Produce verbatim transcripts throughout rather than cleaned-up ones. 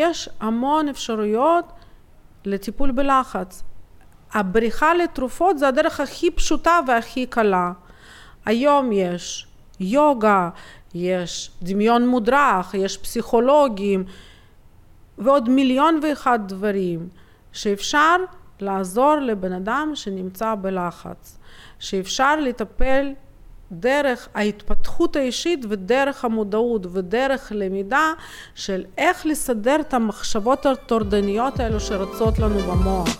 יש המון אפשרויות לטיפול בלחץ. הבריחה לתרופות זה הדרך הכי פשוטה והכי קלה. היום יש יוגה, יש דמיון מודרך, יש פסיכולוגים, ועוד מיליון ואחד דברים שאפשר לעזור לבן אדם שנמצא בלחץ, שאפשר לטפל דרך ההתפתחות האישית ודרך המודעות ודרך למידה של איך לסדר את המחשבות הטורדניות האלו שרצות לנו במוח.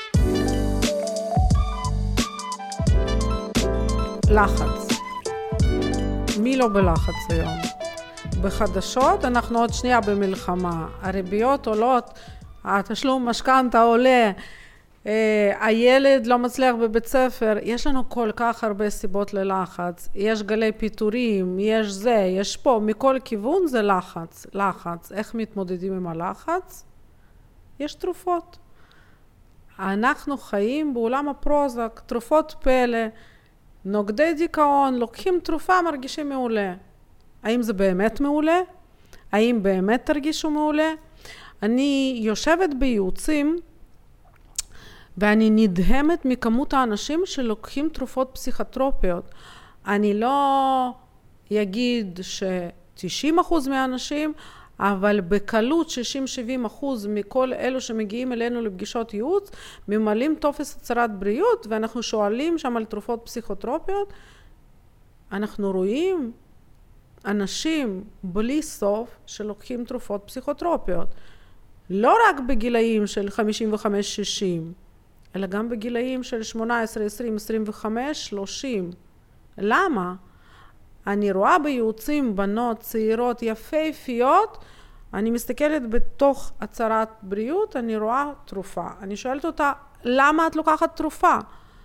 לחץ. מי לא בלחץ היום? בחדשות אנחנו עוד שנייה במלחמה, הריביות עולות, התשלום משכנתא עולה, הילד לא מצליח בבית ספר, יש לנו כל כך הרבה סיבות ללחץ, יש גלי פיטורים, יש זה, יש פה, מכל כיוון זה לחץ, לחץ. איך מתמודדים עם הלחץ? יש תרופות. אנחנו חיים בעולם הפרוזק, תרופות פלא, נוגדי דיכאון, לוקחים תרופה, מרגישים מעולה. האם זה באמת מעולה? האם באמת תרגישו מעולה? אני יושבת בייעוצים, ואני נדהמת מכמות האנשים שלוקחים תרופות פסיכוטרופיות. אני לא אגיד ש-תשעים אחוז מהאנשים, אבל בקלות שישים שבעים אחוז מכל אלו שמגיעים אלינו לפגישות ייעוץ, ממלאים טופס הצהרת בריאות, ואנחנו שואלים שם על תרופות פסיכוטרופיות. אנחנו רואים אנשים בלי סוף שלוקחים תרופות פסיכוטרופיות. לא רק בגילאים של חמישים וחמש שישים, אלא גם בגילאים של שמונה עשרה, עשרים, עשרים וחמש, שלושים. למה? אני רואה בייעוצים בנות צעירות יפהפיות, אני מסתכלת בתוך הצהרת בריאות, אני רואה תרופה. אני שואלת אותה, למה את לוקחת תרופה?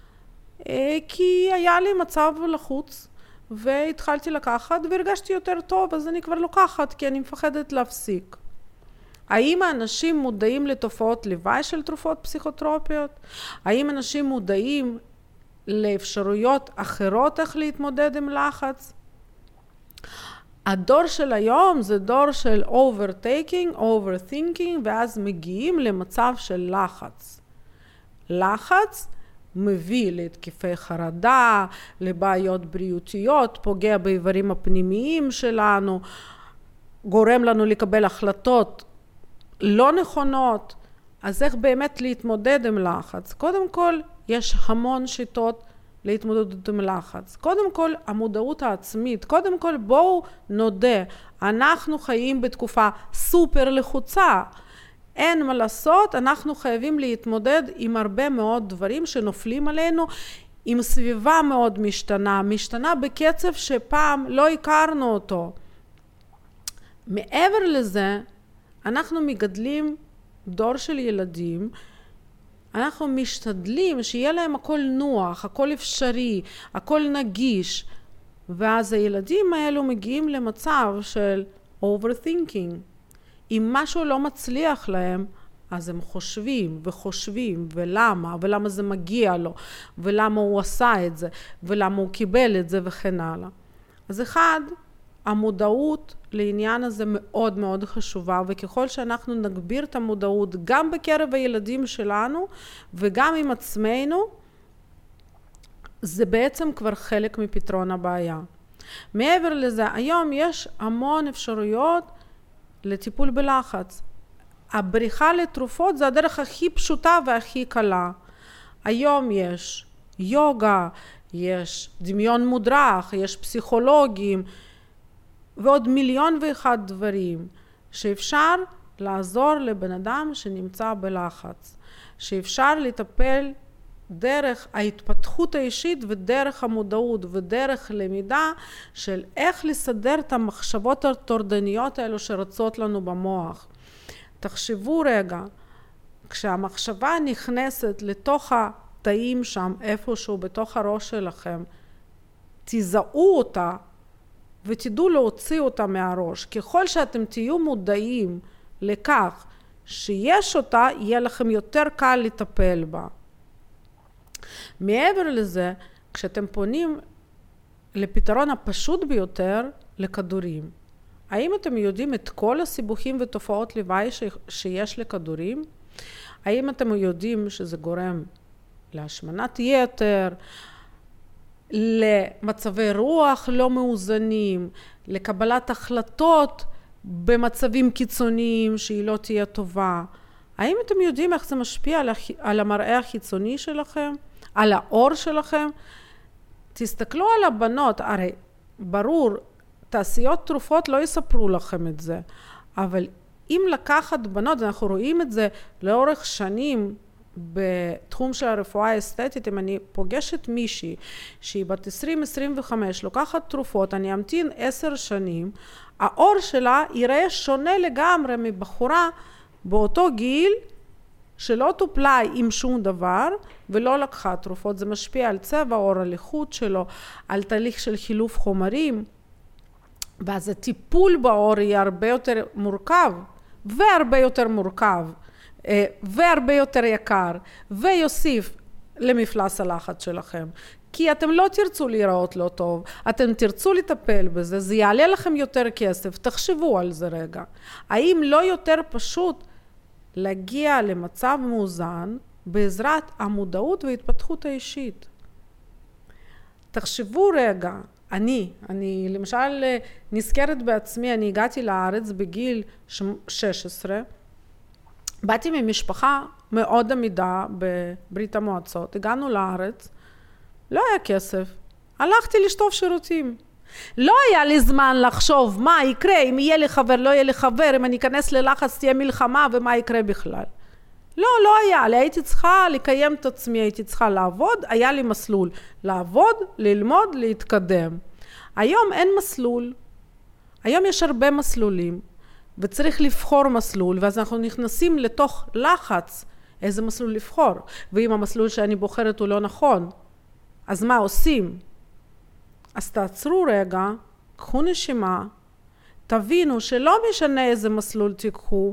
כי היה לי מצב לחוץ, והתחלתי לקחת, והרגשתי יותר טוב, אז אני כבר לוקחת, כי אני מפחדת להפסיק. האם האנשים מודעים לתופעות לוואי של תרופות פסיכוטרופיות? האם אנשים מודעים לאפשרויות אחרות איך להתמודד עם לחץ? הדור של היום זה דור של overtaking, overthinking, ואז מגיעים למצב של לחץ. לחץ מביא להתקפי חרדה, לבעיות בריאותיות, פוגע באיברים הפנימיים שלנו, גורם לנו לקבל החלטות לא נכונות. אז איך באמת להתמודד עם לחץ? קודם כל, יש המון שיטות להתמודדות עם לחץ. קודם כל, המודעות העצמית. קודם כל, בואו נודה, אנחנו חיים בתקופה סופר לחוצה. אין מה לעשות, אנחנו חייבים להתמודד עם הרבה מאוד דברים שנופלים עלינו, עם סביבה מאוד משתנה, משתנה בקצב שפעם לא הכרנו אותו. מעבר לזה, אנחנו מגדלים דור של ילדים, אנחנו משתדלים שיהיה להם הכל נוח, הכל אפשרי, הכל נגיש, ואז הילדים האלו מגיעים למצב של overthinking. אם משהו לא מצליח להם, אז הם חושבים וחושבים, ולמה, ולמה זה מגיע לו, ולמה הוא עשה את זה, ולמה הוא קיבל את זה וכן הלאה. אז אחד, המודעות לעניין הזה מאוד מאוד חשובה, וככל שאנחנו נגביר את המודעות גם בקרב הילדים שלנו וגם עם עצמנו, זה בעצם כבר חלק מפתרון הבעיה. מעבר לזה, היום יש המון אפשרויות לטיפול בלחץ. הבריחה לתרופות זה הדרך הכי פשוטה והכי קלה. היום יש יוגה, יש דמיון מודרך, יש פסיכולוגים, ועוד מיליון ואחד דברים שאפשר לעזור לבן אדם שנמצא בלחץ, שאפשר לטפל דרך ההתפתחות האישית ודרך המודעות ודרך למידה של איך לסדר את המחשבות הטורדניות האלו שרצות לנו במוח. תחשבו רגע, כשהמחשבה נכנסת לתוך התאים שם, איפשהו בתוך הראש שלכם, תזהו אותה, ותדעו להוציא אותה מהראש. ככל שאתם תהיו מודעים לכך שיש אותה, יהיה לכם יותר קל לטפל בה. מעבר לזה, כשאתם פונים לפתרון הפשוט ביותר, לכדורים. האם אתם יודעים את כל הסיבוכים ותופעות לוואי ש... שיש לכדורים? האם אתם יודעים שזה גורם להשמנת יתר, למצבי רוח לא מאוזנים, לקבלת החלטות במצבים קיצוניים שהיא לא תהיה טובה? האם אתם יודעים איך זה משפיע על, הח... על המראה החיצוני שלכם, על האור שלכם? תסתכלו על הבנות, הרי ברור, תעשיות תרופות לא יספרו לכם את זה, אבל אם לקחת בנות, אנחנו רואים את זה לאורך שנים בתחום של הרפואה האסתטית, אם אני פוגשת מישהי שהיא בת עשרים עשרים וחמש, לוקחת תרופות, אני אמתין עשר שנים, האור שלה יראה שונה לגמרי מבחורה באותו גיל, שלא טופלה עם שום דבר ולא לקחה תרופות. זה משפיע על צבע האור, על איכות שלו, על תהליך של חילוף חומרים, ואז הטיפול באור יהיה הרבה יותר מורכב, והרבה יותר מורכב, והרבה יותר יקר, ויוסיף למפלס הלחץ שלכם. כי אתם לא תרצו להיראות לא טוב, אתם תרצו לטפל בזה, זה יעלה לכם יותר כסף, תחשבו על זה רגע. האם לא יותר פשוט להגיע למצב מאוזן בעזרת המודעות וההתפתחות האישית? תחשבו רגע, אני, אני למשל נזכרת בעצמי, אני הגעתי לארץ בגיל שש עשרה, באתי ממשפחה מאוד עמידה בברית המועצות, הגענו לארץ, לא היה כסף, הלכתי לשטוף שירותים. לא היה לי זמן לחשוב מה יקרה, אם יהיה לי חבר, לא יהיה לי חבר, אם אני אכנס ללחץ תהיה מלחמה ומה יקרה בכלל. לא, לא היה לי, הייתי צריכה לקיים את עצמי, הייתי צריכה לעבוד, היה לי מסלול, לעבוד, ללמוד, להתקדם. היום אין מסלול, היום יש הרבה מסלולים, וצריך לבחור מסלול, ואז אנחנו נכנסים לתוך לחץ, איזה מסלול לבחור, ואם המסלול שאני בוחרת הוא לא נכון, אז מה עושים? אז תעצרו רגע, קחו נשימה, תבינו שלא משנה איזה מסלול תיקחו,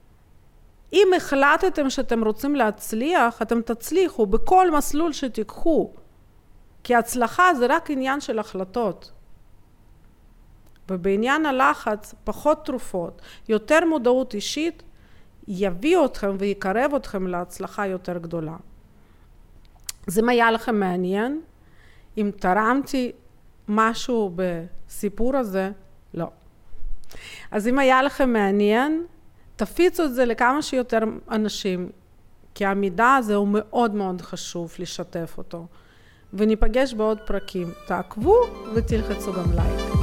אם החלטתם שאתם רוצים להצליח, אתם תצליחו בכל מסלול שתיקחו, כי הצלחה זה רק עניין של החלטות. ובעניין הלחץ, פחות תרופות, יותר מודעות אישית, יביא אתכם ויקרב אתכם להצלחה יותר גדולה. אז אם היה לכם מעניין, אם תרמתי משהו בסיפור הזה, לא. אז אם היה לכם מעניין, תפיצו את זה לכמה שיותר אנשים, כי המידע הזה הוא מאוד מאוד חשוב לשתף אותו. וניפגש בעוד פרקים. תעקבו ותלחצו גם לייק.